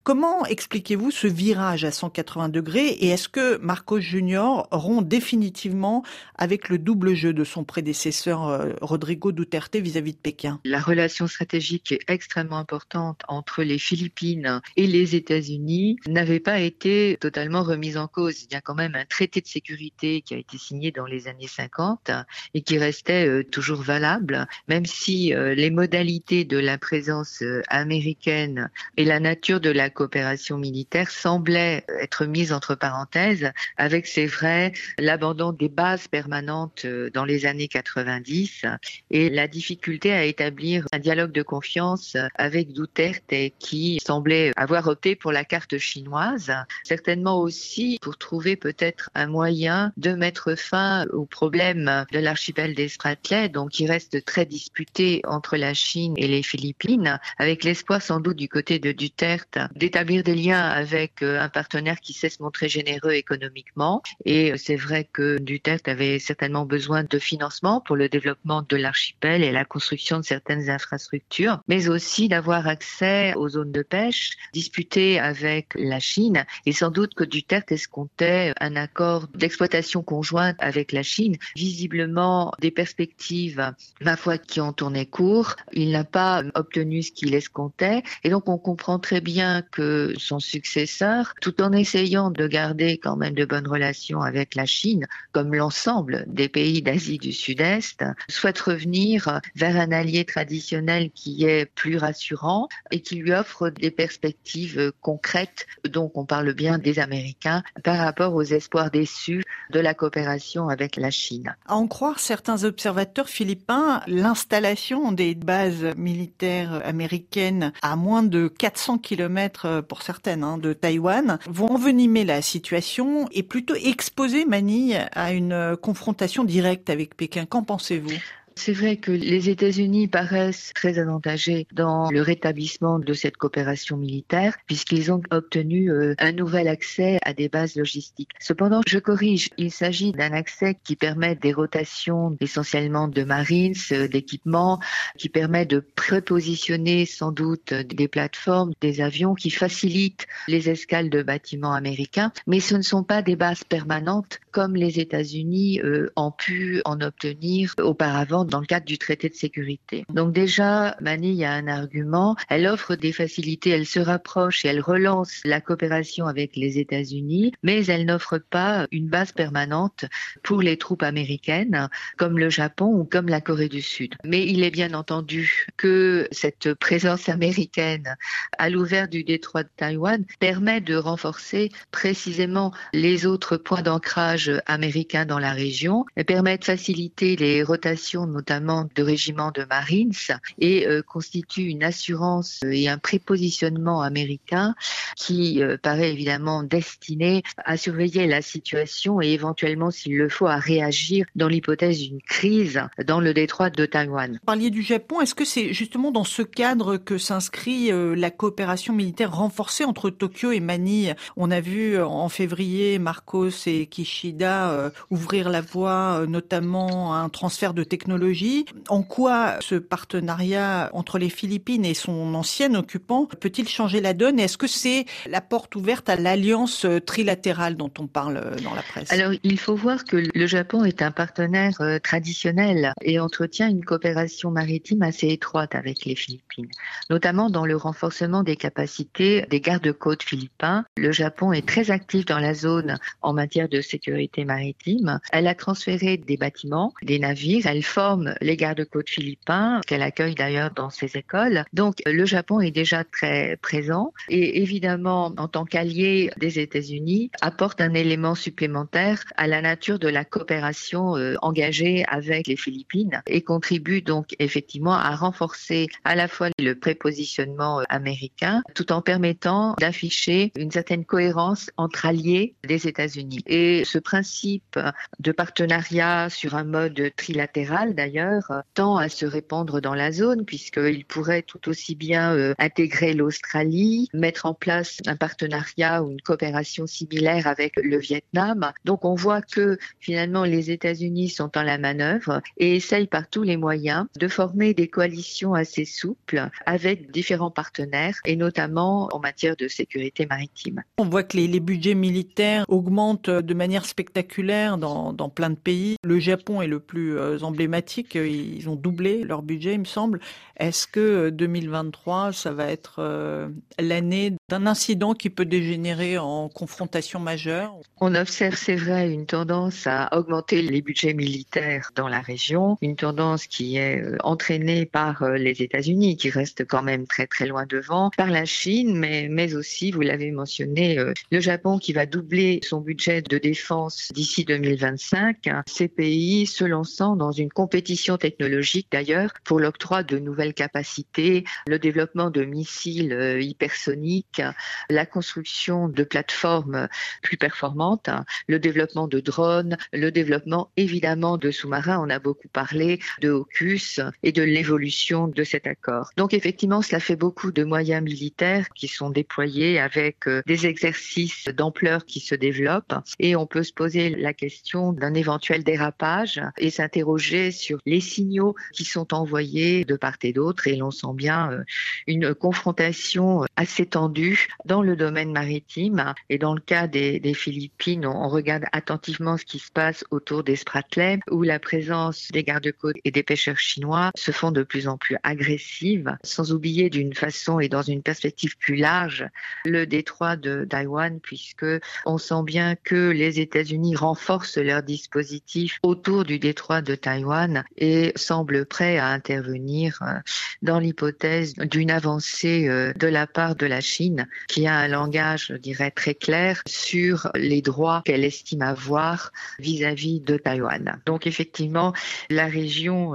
Comment expliquez-vous ce virage à 180 degrés et est-ce que Marcos Junior rompt définitivement avec le double jeu de son prédécesseur Rodrigo Duterte vis-à-vis de Pékin? La relation stratégique est extrêmement importante entre les Philippines et les États-Unis n'avait pas été totalement remise en cause. Il y a quand même un traité de sécurité qui a été signé dans les années 50 et qui restait toujours valable, même si les modalités de la présence américaine et la nature de la coopération militaire semblaient être mises entre parenthèses avec, c'est vrai, l'abandon des bases permanentes dans les années 90 et la difficulté à établir un dialogue de confiance avec Duterte qui semblait avoir opté pour la carte chinoise, certainement aussi pour trouver peut-être un moyen de mettre fin au problème de l'archipel des Spratleys, donc qui reste très disputé entre la Chine et les Philippines, avec l'espoir sans doute du côté de Duterte d'établir des liens avec un partenaire qui sait se montrer généreux économiquement. Et c'est vrai que Duterte avait certainement besoin de financement pour le développement de l'archipel et la construction de certaines infrastructures, mais aussi d'avoir accès aux zones de pêche disputées avec la Chine. Et sans doute que Duterte escomptait un accord d'exploitation conjointe avec la Chine. Visiblement, des perspectives, ma foi, qui ont tourné court. Il n'a pas obtenu ce qu'il escomptait. Et donc, on comprend très bien que son successeur, tout en essayant de garder quand même de bonnes relations avec la Chine, comme l'ensemble des pays d'Asie du Sud-Est, souhaite revenir vers un allié traditionnel qui est plus rassurant et qui lui offre des perspectives concrètes. Donc, on parle bien des Américains par rapport aux espoirs déçus de la coopération avec la Chine. À en croire certains observateurs philippins, l'installation des bases militaires américaines à moins de 400 kilomètres pour certaines de Taïwan vont envenimer la situation et plutôt exposer Manille à une confrontation directe avec Pékin. Qu'en pensez-vous ? C'est vrai que les États-Unis paraissent très avantagés dans le rétablissement de cette coopération militaire puisqu'ils ont obtenu un nouvel accès à des bases logistiques. Cependant, je corrige, il s'agit d'un accès qui permet des rotations essentiellement de Marines, d'équipements, qui permet de prépositionner sans doute des plateformes, des avions qui facilitent les escales de bâtiments américains, mais ce ne sont pas des bases permanentes comme les États-Unis ont pu en obtenir auparavant dans le cadre du traité de sécurité. Donc déjà, Manille a un argument, elle offre des facilités, elle se rapproche et elle relance la coopération avec les États-Unis, mais elle n'offre pas une base permanente pour les troupes américaines, comme le Japon ou comme la Corée du Sud. Mais il est bien entendu que cette présence américaine à l'ouvert du détroit de Taïwan permet de renforcer précisément les autres points d'ancrage américains dans la région, et permet de faciliter les rotations notamment de régiments de Marines et constitue une assurance et un prépositionnement américain qui paraît évidemment destiné à surveiller la situation et éventuellement, s'il le faut, à réagir dans l'hypothèse d'une crise dans le détroit de Taïwan. Vous parliez du Japon, est-ce que c'est justement dans ce cadre que s'inscrit la coopération militaire renforcée entre Tokyo et Manille? On a vu en février Marcos et Kishida ouvrir la voie notamment à un transfert de technologie. En quoi ce partenariat entre les Philippines et son ancien occupant peut-il changer la donne? Est-ce que c'est la porte ouverte à l'alliance trilatérale dont on parle dans la presse? Alors, il faut voir que le Japon est un partenaire traditionnel et entretient une coopération maritime assez étroite avec les Philippines, notamment dans le renforcement des capacités des gardes-côtes philippins. Le Japon est très actif dans la zone en matière de sécurité maritime. Elle a transféré des bâtiments, des navires, elle forme les gardes-côtes philippins, qu'elle accueille d'ailleurs dans ses écoles. Donc, le Japon est déjà très présent et évidemment, en tant qu'allié des États-Unis, apporte un élément supplémentaire à la nature de la coopération engagée avec les Philippines et contribue donc effectivement à renforcer à la fois le prépositionnement américain tout en permettant d'afficher une certaine cohérence entre alliés des États-Unis. Et ce principe de partenariat sur un mode trilatéral d'ailleurs tend à se répandre dans la zone puisqu'il pourrait tout aussi bien intégrer l'Australie, mettre en place un partenariat ou une coopération similaire avec le Vietnam. Donc on voit que finalement les États-Unis sont en la manœuvre et essayent par tous les moyens de former des coalitions assez souples avec différents partenaires et notamment en matière de sécurité maritime. On voit que les budgets militaires augmentent de manière spectaculaire dans plein de pays. Le Japon est le plus emblématique. Ils ont doublé leur budget, il me semble. Est-ce que 2023, ça va être l'année d'un incident qui peut dégénérer en confrontation majeure? On observe, c'est vrai, une tendance à augmenter les budgets militaires dans la région, une tendance qui est entraînée par les États-Unis, qui restent quand même très très loin devant, par la Chine, mais aussi, vous l'avez mentionné, le Japon qui va doubler son budget de défense d'ici 2025. Ces pays se lançant dans une compétition technologique d'ailleurs pour l'octroi de nouvelles capacités, le développement de missiles hypersoniques, la construction de plateformes plus performantes, le développement de drones, le développement évidemment de sous-marins. On a beaucoup parlé de AUKUS et de l'évolution de cet accord. Donc effectivement, cela fait beaucoup de moyens militaires qui sont déployés avec des exercices d'ampleur qui se développent et on peut se poser la question d'un éventuel dérapage et s'interroger sur les signaux qui sont envoyés de part et d'autre et l'on sent bien une confrontation assez tendue dans le domaine maritime et dans le cas des Philippines, on regarde attentivement ce qui se passe autour des Spratleys où la présence des gardes-côtes et des pêcheurs chinois se font de plus en plus agressives, sans oublier d'une façon et dans une perspective plus large le détroit de Taïwan puisque on sent bien que les États-Unis renforcent leur dispositif autour du détroit de Taïwan et semblent prêts à intervenir dans l'hypothèse d'une avancée de la part de la Chine qui a un langage, je dirais, très clair sur les droits qu'elle estime avoir vis-à-vis de Taïwan. Donc effectivement, la région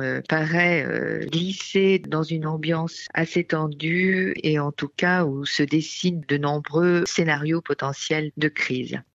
paraît glisser dans une ambiance assez tendue et en tout cas où se dessinent de nombreux scénarios potentiels de crise.